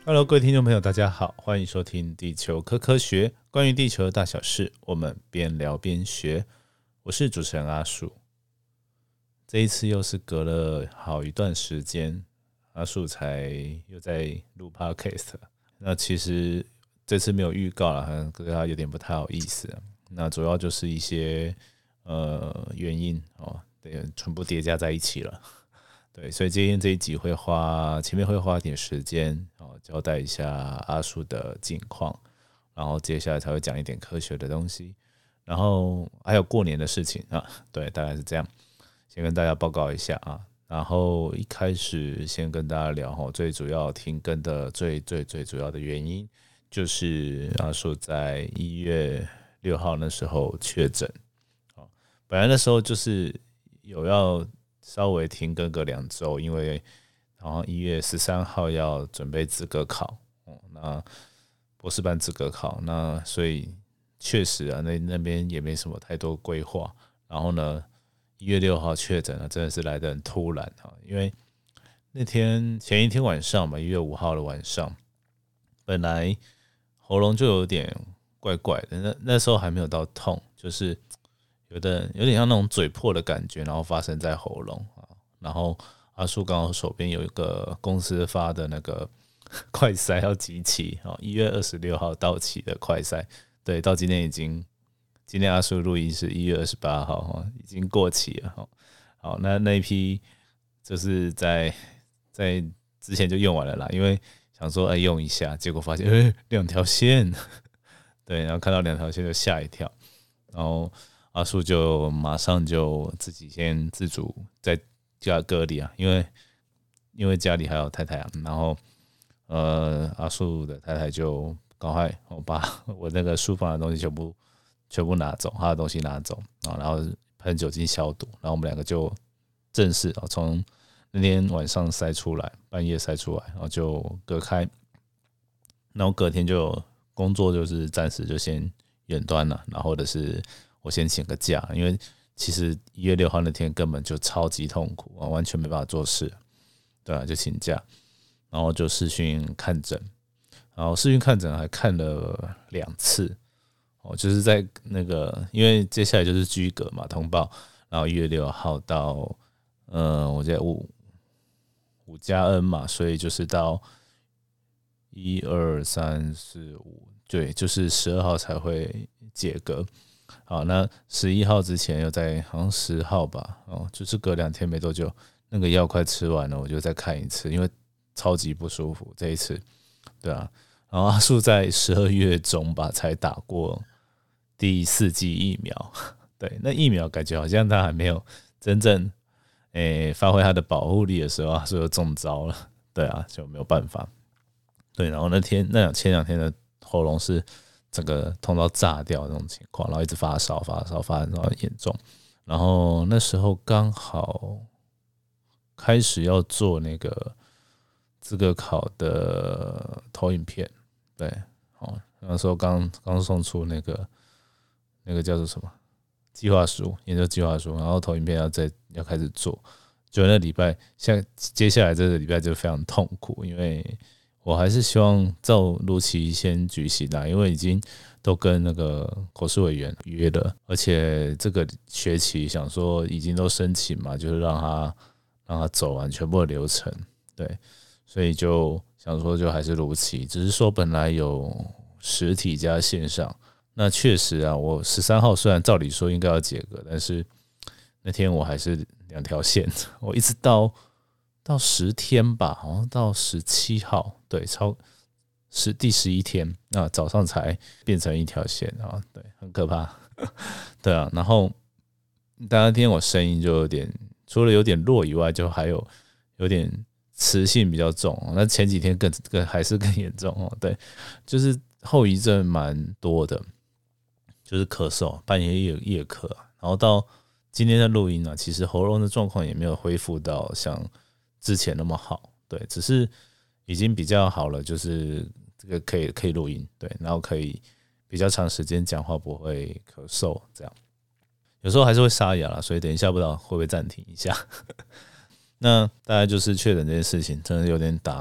Hello，各位听众朋友，大家好，欢迎收听地球科科学，关于地球的大小事，我们边聊边学。我是主持人阿树。这一次又是隔了好一段时间，阿树才又在录 podcast。那其实这次没有预告了，跟他有点不太好意思。那主要就是一些原因哦，对，全部叠加在一起了。对，所以今天这一集前面会花一点时间交代一下阿树的近况，然后接下来才会讲一点科学的东西，然后还有过年的事情啊，对，大概是这样，先跟大家报告一下啊。然后一开始先跟大家聊最主要停更的最主要的原因，就是阿树在1月6号那时候确诊，本来那时候就是有要稍微停更个2周，因为好像1月13号要准备资格考，那博士班资格考，那所以确实啊，那边也没什么太多规划。然后呢，1月6号确诊了，真的是来得很突然啊，因为那天前一天晚上嘛，1月5号的晚上，本来喉咙就有点怪怪的，那时候还没有到痛，就是有点像那种嘴破的感觉，然后发生在喉咙啊。然后阿树刚好手边有一个公司发的那个快筛要集齐，1月26号到期的快筛，对，到今天阿树录音是1月28号，已经过期了。好，那一批就是在之前就用完了啦，因为想说用一下，结果发现2条线，对，然后看到2条线就吓一跳，然后阿树就马上就自己先自主在家隔离啊，因为家里还有太太啊，然后阿树的太太就赶快把我那个书房的东西全部拿走，他的东西拿走，然后喷酒精消毒，然后我们2个就正式从那天晚上筛出来，半夜筛出来，然后就隔开，然后隔天就工作就是暂时就先远端了，然后或者是我先请个假，因为其实1月6号那天根本就超级痛苦，完全没办法做事，对啊，就请假，然后就视讯看诊，然后视讯看诊还看了2次，就是在那个，因为接下来就是居隔嘛，通报，然后1月6号到我记得5+N 嘛，所以就是到1、2、3、4、5，对，就是12号才会解隔。好，那11号之前又在好像10号吧，就是隔2天没多久，那个药快吃完了，我就再看一次，因为超级不舒服这一次，对啊。然后阿树在12月中吧才打过第4剂疫苗，对，那疫苗感觉好像他还没有真正发挥他的保护力的时候，阿树就中招了，对啊，就没有办法。对，然后前2天的喉咙是整个痛到炸掉那种情况，然后一直发烧发得很严重。然后那时候刚好开始要做那个资格考的投影片，对，那时候刚送出那个叫做什么计划书，研究计划书，然后投影片要开始做，就那礼拜，接下来这个礼拜就非常痛苦，因为我还是希望照如期先举行啦，因为已经都跟那个口试委员约了，而且这个学期想说已经都申请嘛，就是让他走完全部的流程，对，所以就想说就还是如期，只是说本来有实体加线上，那确实啊，我13号虽然照理说应该要解隔，但是那天我还是2条线，我一直到10天吧，好像到17号，对，第11天，那早上才变成1条线啊，对，很可怕，对啊，然后那天我声音就除了有点弱以外，就还有点磁性比较重，那前几天还是更严重，对，就是后遗症蛮多的，就是咳嗽，半夜夜咳，然后到今天的录音啊，其实喉咙的状况也没有恢复到像之前那么好，对，只是已经比较好了，就是这个可以录音，对，然后可以比较长时间讲话不会咳嗽，这样有时候还是会沙哑啦，所以等一下不知道会不会暂停一下。那大概就是确诊这件事情，真的有点打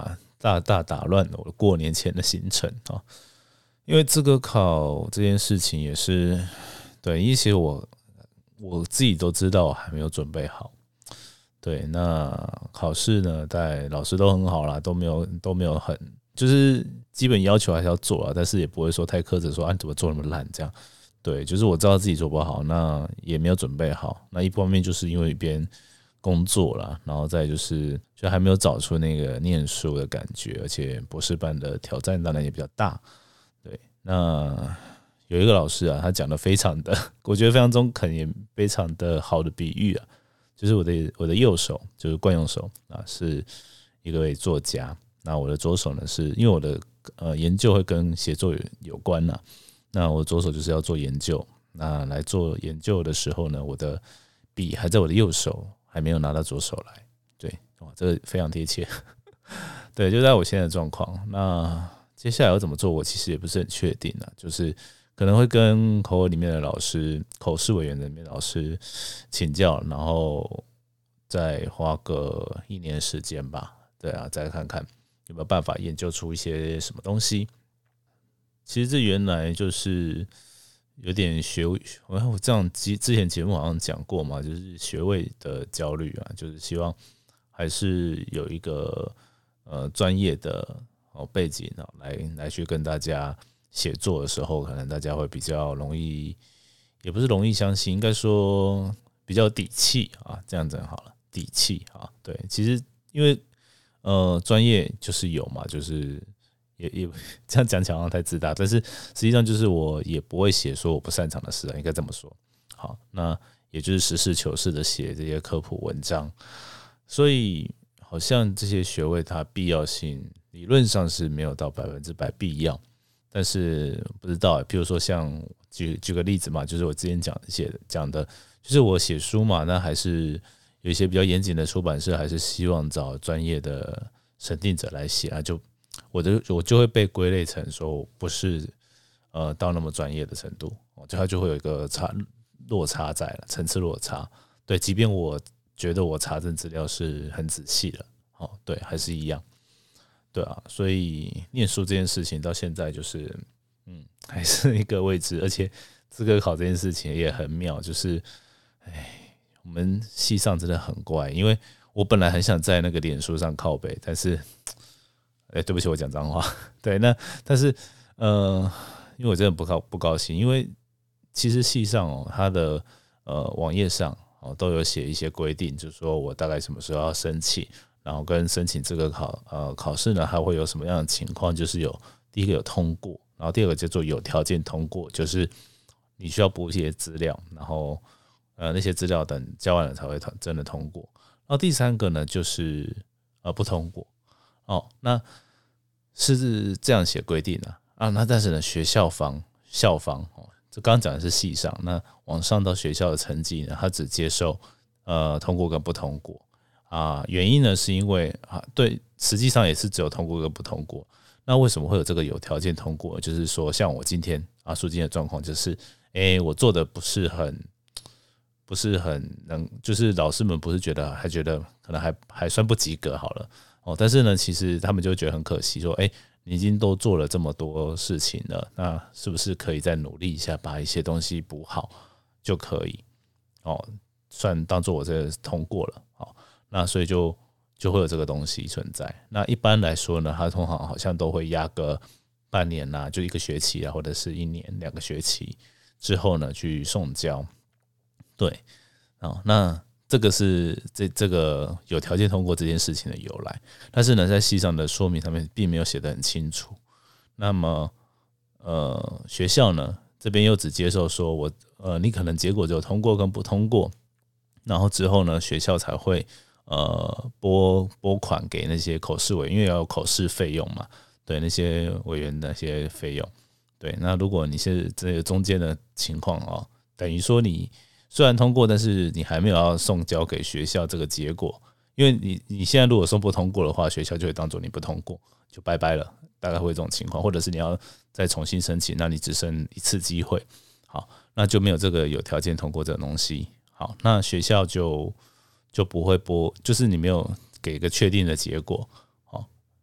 大大打乱了我过年前的行程啊。因为资格考这件事情也是对一些我自己都知道我还没有准备好。对，那考试呢，老师都很好啦，都没有很就是基本要求还是要做啊，但是也不会说太苛责说你怎么做那么烂这样。对，就是我知道自己做不好，那也没有准备好。那一方面就是因为一边工作啦，然后再就还没有找出那个念书的感觉，而且博士班的挑战当然也比较大。对，那有一个老师啊，他讲的非常的，我觉得非常中肯，也非常的好的比喻啊。就是我的右手就是惯用手啊，是一位作家。那我的左手呢，是因为我的研究会跟写作有关呐。那我左手就是要做研究。那来做研究的时候呢，我的笔还在我的右手，还没有拿到左手来。对，哇，这个非常贴切。对，就在我现在的状况。那接下来要怎么做，我其实也不是很确定啊，就是可能会跟口试委员里面的老师请教，然后再花个1年时间吧。对啊，再看看有没有办法研究出一些什么东西。其实这原来就是有点我这样之前节目好像讲过嘛，就是学位的焦虑啊，就是希望还是有一个专业的背景来去跟大家写作的时候，可能大家会比较容易，也不是容易相信，应该说比较有底气啊，这样子好了，底气啊，对，其实因为专业就是有嘛，就是也这样讲起来好像太自大，但是实际上就是我也不会写说我不擅长的事啊，应该这么说。好，那也就是实事求是的写这些科普文章，所以好像这些学位它必要性理论上是没有到100%必要。但是不知道，譬如说像举个例子嘛，就是我之前讲的，就是我写书嘛，那还是有一些比较严谨的出版社，还是希望找专业的审定者来写啊，我就会被归类成说我不是到那么专业的程度，它就会有一个落差在了，层次落差。对，即便我觉得我查证资料是很仔细的，对，还是一样。对啊，所以念书这件事情到现在就是还是一个未知，而且资格考这件事情也很妙，就是我们系上真的很怪，因为我本来很想在那个脸书上靠北，但是对不起，我讲脏话。对，但是因为我真的不高兴，因为其实系上它的网页上都有写一些规定，就是说我大概什么时候要申请，然后跟申请这个考试呢，还会有什么样的情况？就是第一个有通过，然后第二个叫做有条件通过，就是你需要补一些资料，然后那些资料等交完了才会真的通过。然后第三个呢，就是不通过。那是这样写规定啊。那但是呢，校方这刚刚讲的是系上，那往上到学校的成绩呢，他只接受通过跟不通过啊。原因呢，是因为对，实际上也是只有通过跟不通过。那为什么会有这个有条件通过？就是说，像我今天今天的状况就是，我做的不是很能，就是老师们不是还觉得可能还算不及格好了但是呢，其实他们就觉得很可惜，说，你已经都做了这么多事情了，那是不是可以再努力一下，把一些东西补好就可以算当做我这个通过了那所以就会有这个东西存在。那一般来说呢，他通常好像都会压个半年就1个学期或者是1年2个学期之后呢去送交。对，那这个是这个有条件通过这件事情的由来，但是呢，在系上的说明上面并没有写得很清楚。那么，学校呢这边又只接受说你可能结果只有通过跟不通过，然后之后呢，学校才会拨款给那些口试委员，因为要有口试费用嘛，对那些委员的那些费用。对，那如果你是这个中间的情况等于说你虽然通过，但是你还没有要送交给学校这个结果，因为你现在如果送不通过的话，学校就会当作你不通过，就拜拜了，大概会这种情况，或者是你要再重新申请，那你只剩1次机会，好，那就没有这个有条件通过这个东西，好，那学校就不会就是你没有给一个确定的结果，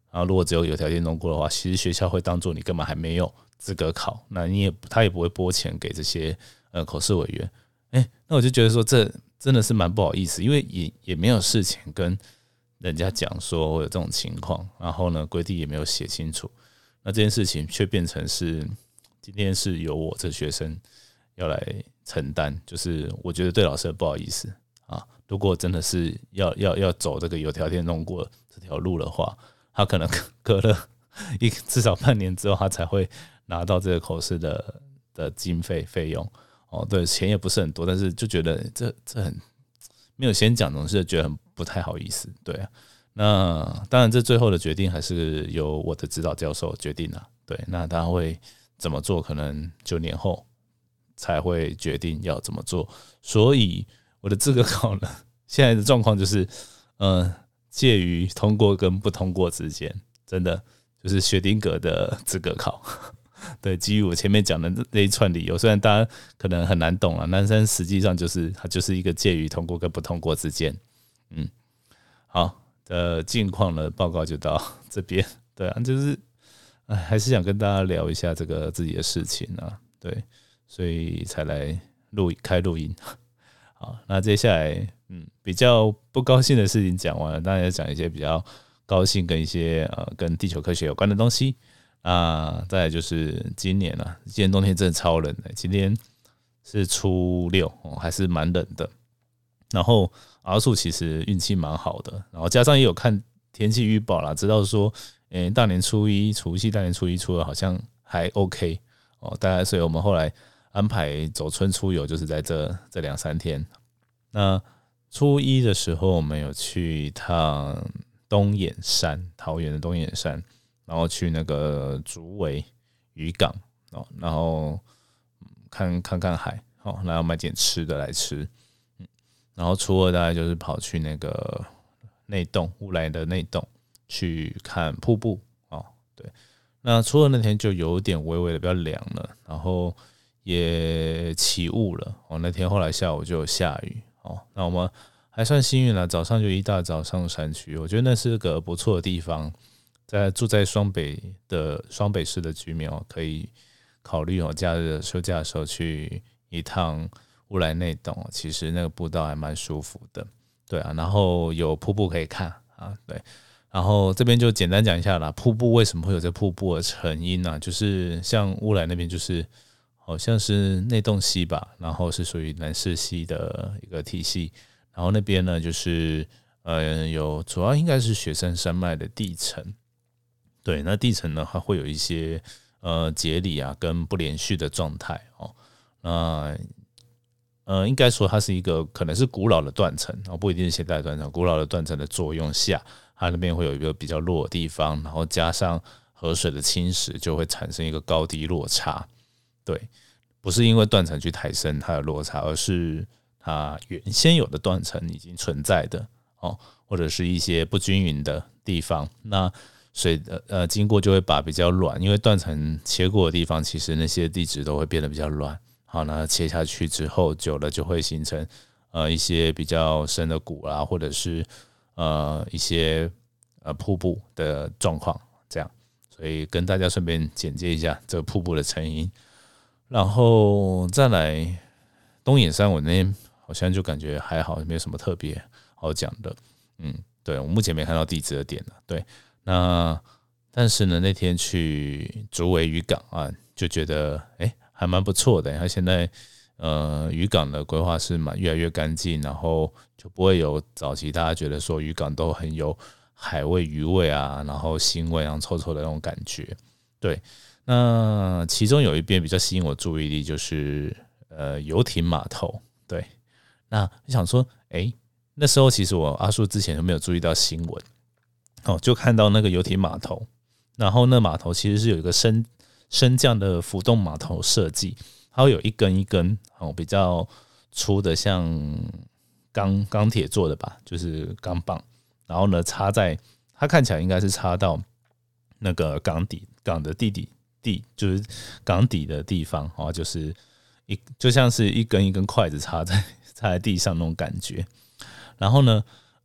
然后如果只有有条件通过的话，其实学校会当做你根本还没有资格考，那他也不会拨钱给这些口试委员。那我就觉得说这真的是蛮不好意思，因为也没有事前跟人家讲说会有这种情况，然后呢规定也没有写清楚，那这件事情却变成是今天是由我这学生要来承担，就是我觉得对老师不好意思啊。如果真的是要走这个有条件通过这条路的话，他可能隔了至少半年之后，他才会拿到这个口试的经费用。对，钱也不是很多，但是就觉得这很没有先讲，总是觉得很不太好意思。对啊，那当然这最后的决定还是由我的指导教授决定了。对，那他会怎么做，可能9年后才会决定要怎么做。所以我的资格考呢，现在的状况就是，介于通过跟不通过之间，真的就是薛丁格的资格考。对，基于我前面讲的那一串理由，虽然大家可能很难懂了，但实际上它就是一个介于通过跟不通过之间。好的近况的报告就到这边。对啊，就是还是想跟大家聊一下这个自己的事情啊。对，所以才来开录音。好，那接下来比较不高兴的事情讲完了，当然要讲一些比较高兴跟一些跟地球科学有关的东西。再来就是今年冬天真的超冷的，今天是初6，还是蛮冷的。然后阿树其实运气蛮好的，然后加上也有看天气预报啦，知道说大年初一除夕、大年初一、初二好像还 OK 大概，所以我们后来安排走春出游，就是在这2-3天。那初一的时候，我们有去一趟东眼山，桃园的东眼山，然后去那个竹围渔港，然后看海，然后买点吃的来吃。然后初二大概就是跑去那个内洞，乌来的内洞去看瀑布。对，那初二那天就有点微微的比较凉了，然后也起雾了。那天后来下午就有下雨。那我们还算幸运了，早上就一大早上山区，我觉得那是个不错的地方。住在双北市的居民可以考虑假日休假的时候去一趟乌来内洞，其实那个步道还蛮舒服的。对啊，然后有瀑布可以看对。然后这边就简单讲一下啦，瀑布为什么会有这瀑布的成因呢？就是像乌来那边就是好像是内洞溪吧，然后是属于南势溪的一个体系，然后那边呢就是有主要应该是雪山山脉的地层。对，那地层呢，它会有一些节理跟不连续的状态那应该说它是一个可能是古老的断层不一定是现代的断层，古老的断层的作用下，它那边会有一个比较弱的地方，然后加上河水的侵蚀，就会产生一个高低落差。对，不是因为断层去抬升它的落差，而是它原先有的断层已经存在的或者是一些不均匀的地方，那水经过就会把比较软，因为断层切过的地方，其实那些地质都会变得比较软。好，那切下去之后，久了就会形成一些比较深的谷啦，或者是一些瀑布的状况，这样。所以跟大家顺便简介一下这个瀑布的成因。然后再来东眼山，我那天好像就感觉还好，没有什么特别好讲的。对，我目前没看到地质的点了。对。但是呢，那天去竹围渔港就觉得还蛮不错的。它现在渔港的规划是越来越干净，然后就不会有早期大家觉得说渔港都很有海味、鱼味然后腥味，然后臭臭的那种感觉。对，那其中有一边比较吸引我注意力，就是游艇码头。对，那我想说，那时候其实我阿树之前都没有注意到新闻。就看到那个游艇码头，然后那码头其实是有一个升降的浮动码头设计，它会有一根一根比较粗的，像钢铁做的吧，就是钢棒，然后呢插在它看起来应该是插到那个港的地，就是港底的地方就是就像是一根一根筷子插在地上那种感觉。然后呢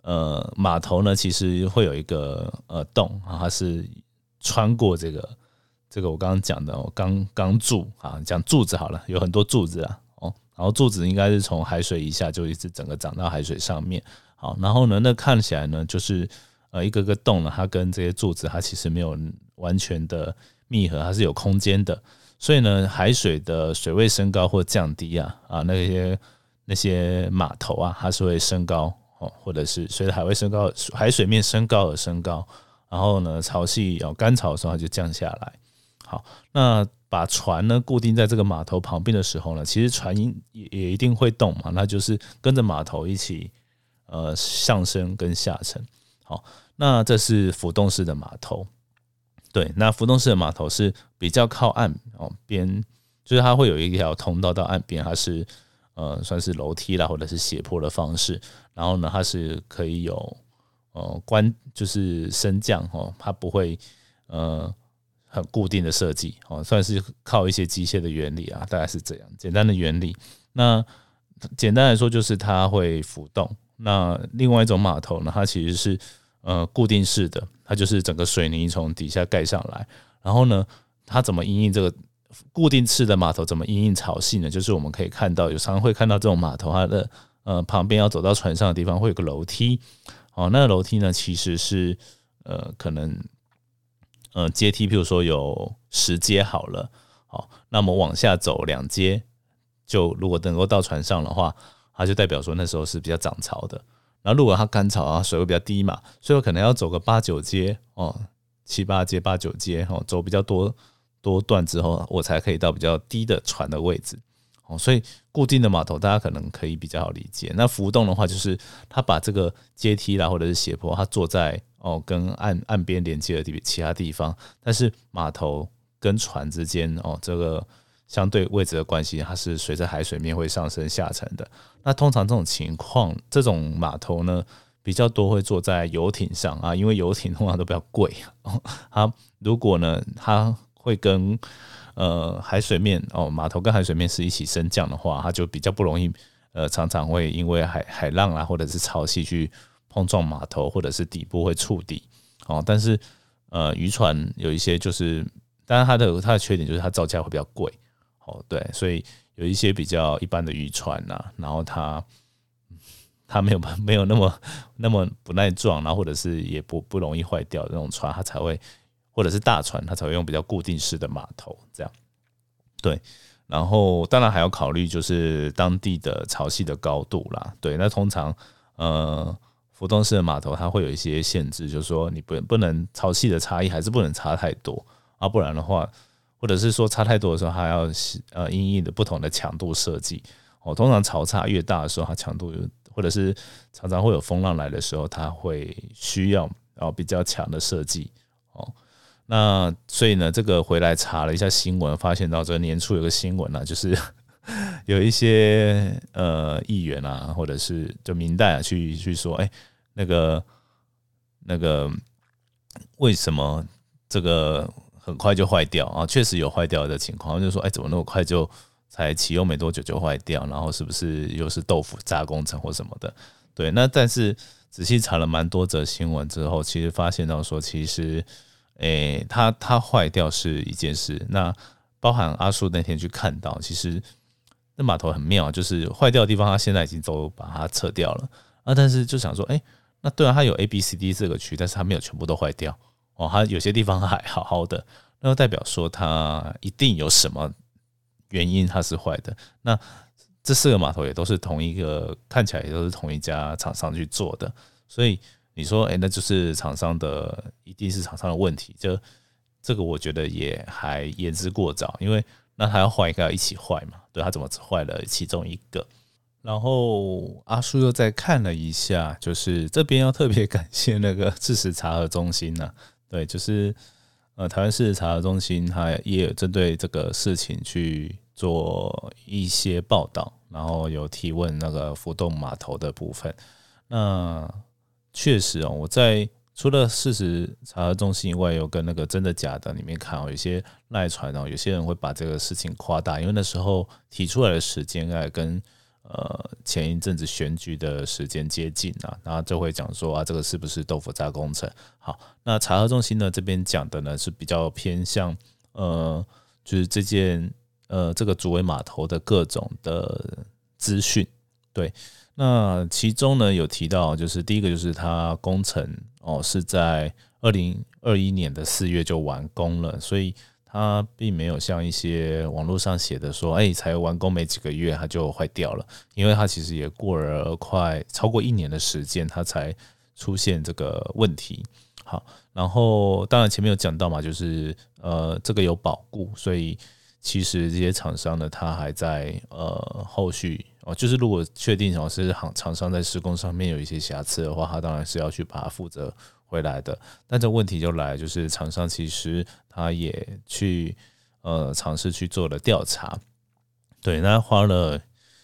码头呢，其实会有一个洞啊，它是穿过这个我刚刚讲的钢柱啊，讲柱子好了，有很多柱子啊然后柱子应该是从海水以下就一直整个长到海水上面。好，然后呢，那看起来呢，就是一个个洞呢，它跟这些柱子它其实没有完全的密合，它是有空间的。所以呢，海水的水位升高或降低那些码头啊，它是会升高或者是随着海水面升高而升高。然后呢，潮汐干潮的时候它就降下来。好，那把船呢固定在这个码头旁边的时候呢，其实船也一定会动嘛，那就是跟着码头一起上升跟下沉。好，那这是浮动式的码头。对，那浮动式的码头是比较靠岸边，就是它会有一条通道到岸边，它是算是楼梯啦，或者是斜坡的方式。然后呢，它是可以有就是升降它不会很固定的设计算是靠一些机械的原理啊，大概是这样简单的原理。那简单来说就是它会浮动。那另外一种码头呢，它其实是固定式的，它就是整个水泥从底下盖上来。然后呢，它怎么因应这个固定式的码头怎么因应潮汐呢？就是我们可以看到，有常常会看到这种码头，它的旁边要走到船上的地方会有个楼梯。那个楼梯呢，其实是可能阶梯，譬如说有10阶好了，好，那么往下走2阶，就如果能够到船上的话，它就代表说那时候是比较涨潮的。然后如果它干潮啊，水位比较低嘛，所以我可能要走个8、9阶7、8阶、8、9阶走比较多段之后，我才可以到比较低的船的位置。所以固定的码头大家可能可以比较好理解。那浮动的话，就是它把这个阶梯啦或者是斜坡，它坐在跟岸边连接的其他地方，但是码头跟船之间这个相对位置的关系，它是随着海水面会上升下沉的。那通常这种情况，这种码头呢比较多会坐在游艇上啊，因为游艇通常都比较贵它如果呢它会跟海水面码头跟海水面是一起升降的话，它就比较不容易常常会因为海浪啊或者是潮汐去碰撞码头，或者是底部会触底但是渔船有一些就是，当然它的缺点就是它造价会比较贵对，所以有一些比较一般的渔船啊，然后它没有那么不耐撞，然后或者是也不容易坏掉的那种船，它才会，或者是大船，它才会用比较固定式的码头这样。对，然后当然还要考虑就是当地的潮汐的高度啦。对，那通常浮动式的码头它会有一些限制，就是说你不能潮汐的差异还是不能差太多啊，不然的话，或者是说差太多的时候，它要因应的不同的强度设计通常潮差越大的时候，它强度或者是常常会有风浪来的时候，它会需要比较强的设计那所以呢，这个回来查了一下新闻，发现到这个年初有个新闻就是有一些议员啊，或者是就民代去说，那个为什么这个很快就坏掉啊？确实有坏掉的情况，就说怎么那么快就才启用没多久就坏掉，然后是不是又是豆腐渣工程或什么的？对，那但是仔细查了蛮多则新闻之后，其实发现到说，其实它坏掉是一件事，那包含阿树那天去看到，其实那码头很妙，就是坏掉的地方，它现在已经都把它撤掉了但是就想说，那对啊，它有 A、B、C、D 这个区，但是它没有全部都坏掉它有些地方还好好的，那就代表说它一定有什么原因它是坏的。那这4个码头也都是同一个，看起来也都是同一家厂商去做的，所以你说那就是厂商的，一定是厂商的问题，这个我觉得也还言之过早，因为那他要坏应该要一起坏嘛，对，他怎么只坏了其中一个？然后阿叔又再看了一下，就是这边要特别感谢那个事实查核中心对，就是台湾事实查核中心，他也有针对这个事情去做一些报道，然后有提问那个浮动码头的部分。那确实我在除了事实查核中心以外，有跟那个真的假的里面看有些赖传有些人会把这个事情夸大，因为那时候提出来的时间跟前一阵子选举的时间接近啊，然后就会讲说这个是不是豆腐渣工程？好，那查核中心呢这边讲的呢是比较偏向就是这个竹围码头的各种的资讯，对。那其中呢有提到，就是第一个就是它工程是在2021年的4月就完工了，所以它并没有像一些网络上写的说，才完工没几个月它就坏掉了，因为它其实也过了快超过1年的时间，它才出现这个问题。好，然后当然前面有讲到嘛，就是这个有保固，所以其实这些厂商呢，他还在后续就是如果确定是厂商在施工上面有一些瑕疵的话，他当然是要去把它负责回来的。但这问题就来，就是厂商其实他也去尝试去做了调查，对，那花了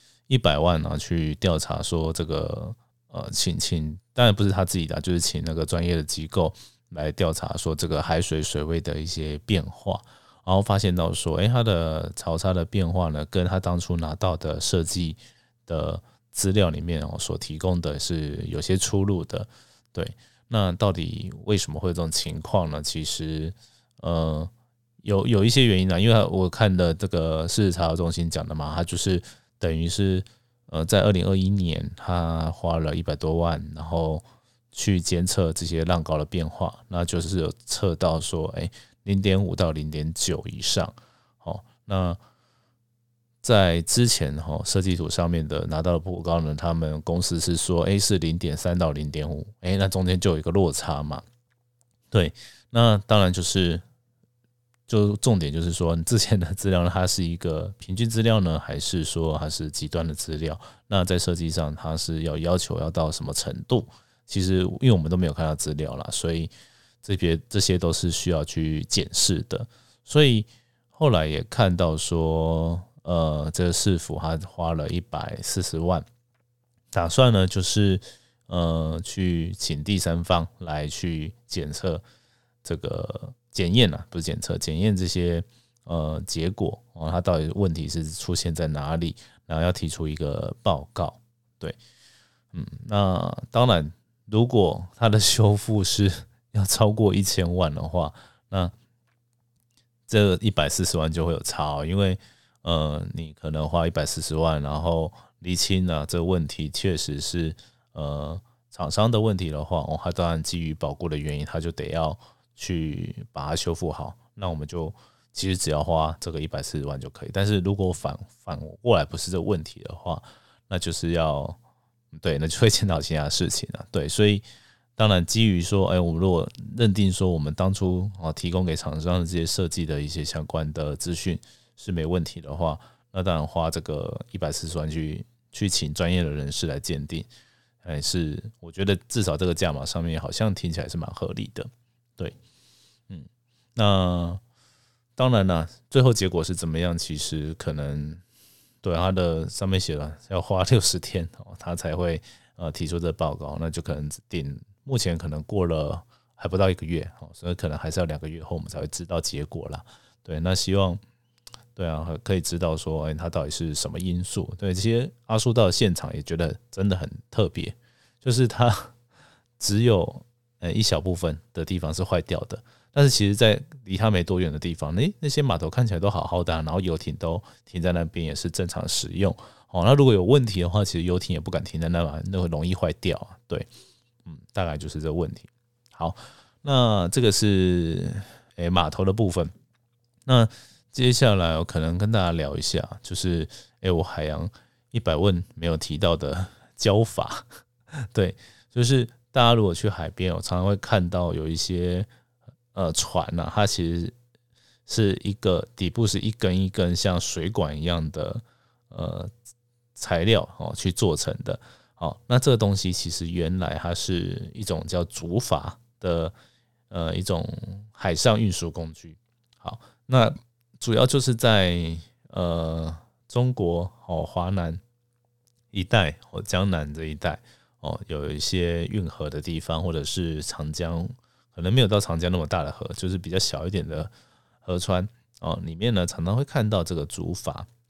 100万去调查说这个请当然不是他自己的，就是请那个专业的机构来调查说这个海水水位的一些变化。然后发现到说，它的潮差的变化呢，跟他当初拿到的设计的资料里面所提供的是有些出入的。对，那到底为什么会有这种情况呢？其实有一些原因因为我看的这个是查核中心讲的嘛，他就是等于是在2021年他花了100多万，然后去监测这些浪高的变化，那就是有测到说0.5 到 0.9 以上。那在之前设计图上面的拿到的报告呢，他们公司是说是 0.3 到 0.5， 那中间就有一个落差嘛。对，那当然就重点就是说，你之前的资料呢，它是一个平均资料呢，还是说它是极端的资料？那在设计上，它是要求要到什么程度？其实因为我们都没有看到资料啦，所以这些都是需要去检视的。所以后来也看到说，这个市府他花了140万，打算呢就是去请第三方来去检测这个检验不是检测，检验这些结果它到底问题是出现在哪里，然后要提出一个报告。对，那当然，如果它的修复是要超过1000万的话，那这140万就会有差因为你可能花140万，然后厘清这个问题确实是厂商的问题的话，他当然基于保固的原因，他就得要去把它修复好。那我们就其实只要花这个140万就可以。但是如果反过来不是这个问题的话，那就是那就会牵到其他事情对，所以当然基于说，我们如果认定说我们当初提供给厂商的这些设计的一些相关的资讯是没问题的话，那当然花这个140万去请专业的人士来鉴定，是我觉得至少这个价码上面好像听起来是蛮合理的。对，那当然啦，最后结果是怎么样，其实可能对他的上面写了要花60天他才会提出这个报告，那就可能目前可能过了还不到1个月，所以可能还是要2个月后我们才会知道结果啦。对，那希望可以知道说它到底是什么因素。对，这些阿叔到现场也觉得真的很特别，就是它只有一小部分的地方是坏掉的，但是其实在离它没多远的地方，那些码头看起来都好好的然后游艇都停在那边也是正常使用那如果有问题的话，其实游艇也不敢停在那会容易坏掉对，大概就是这个问题。好，那这个是码头的部分。那接下来我可能跟大家聊一下，就是我海洋100问没有提到的教法。对，就是大家如果去海边，我常常会看到有一些船它其实是一个底部是一根一根像水管一样的材料去做成的。那这个东西其实原来它是一种叫竹筏的一种海上运输工具。好，那主要就是在中国华南一带江南这一带有一些运河的地方，或者是长江，可能没有到长江那么大的河，就是比较小一点的河川里面呢常常会看到这个竹筏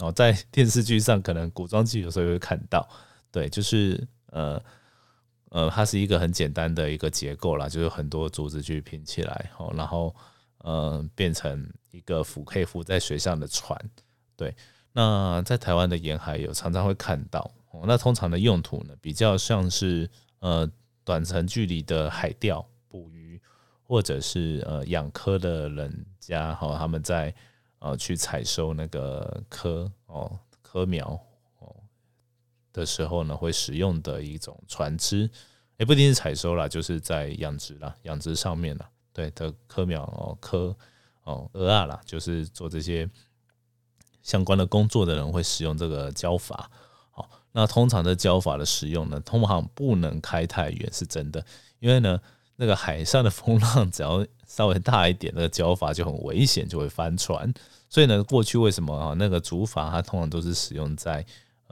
然后在电视剧上可能古装剧有时候也会看到，对，就是它是一个很简单的一个结构啦，就是很多竹子去拼起来，然后变成一个可以浮在水上的船，对。那在台湾的沿海有常常会看到，那通常的用途呢，比较像是短程距离的海钓捕鱼，或者是养科的人家他们在去采收那个科苗的时候呢，会使用的一种船只，也不一定是采收啦，就是在养殖上面啦，对的科苗蚵仔啦，就是做这些相关的工作的人会使用这个礁筏。那通常的礁筏的使用呢，通常不能开太远，是真的，因为呢，那个海上的风浪只要稍微大一点，那个礁筏就很危险，就会翻船。所以呢，过去为什么那个竹筏它通常都是使用在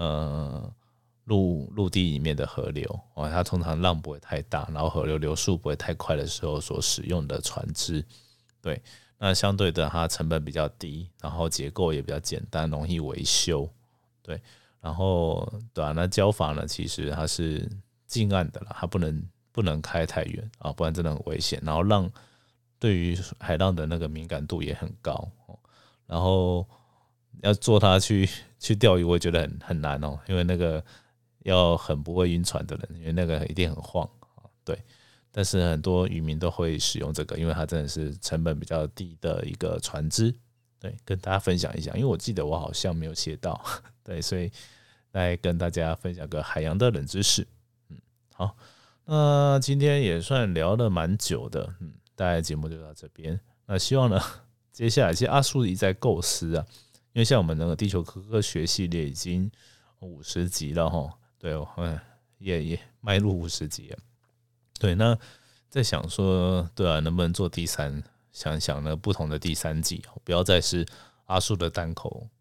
陆地里面的河流，它通常浪不会太大，然后河流流速不会太快的时候所使用的船只，对，那相对的它成本比较低，然后结构也比较简单，容易维修，对。然后对啊，那礁筏呢，其实它是近岸的啦，它不能开太远啊，不然真的很危险。然后浪对于海浪的那个敏感度也很高，然后要坐它去钓鱼，我也觉得很难哦，因为那个要很不会晕船的人，因为那个一定很晃，对。但是很多渔民都会使用这个，因为它真的是成本比较低的一个船只。对，跟大家分享一下，因为我记得我好像没有写到，对，所以来跟大家分享个海洋的冷知识。好，那今天也算聊了蛮久的，大概节目就到这边。那希望呢，接下来其实阿叔一直在构思啊，因为像我们那个地球科学系列已经50集了齁，对，也迈入50集了。对，那在想说，对啊，能不能做想想呢不同的第3季，不要再是阿树的单口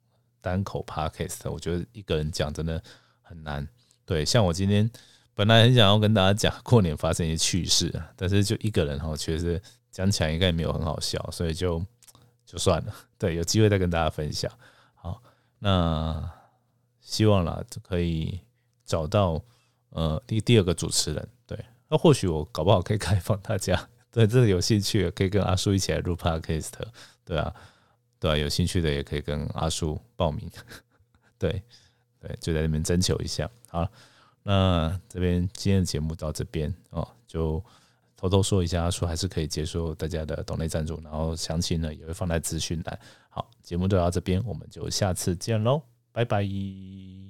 podcast， 我觉得一个人讲真的很难。对，像我今天本来很想要跟大家讲过年发生一些趣事，但是就一个人确实讲起来应该也没有很好笑，所以就算了。对，有机会再跟大家分享。好，那希望啦可以找到第2个主持人。对，那或许我搞不好可以开放大家。对，这个有兴趣的可以跟阿叔一起来录 podcast， 对啊，有兴趣的也可以跟阿叔报名，对，就在那边征求一下。好，那这边今天的节目到这边就偷偷说一下，阿叔还是可以接受大家的抖内赞助，然后详情呢也会放在资讯栏。好，节目就到这边，我们就下次见喽，拜拜。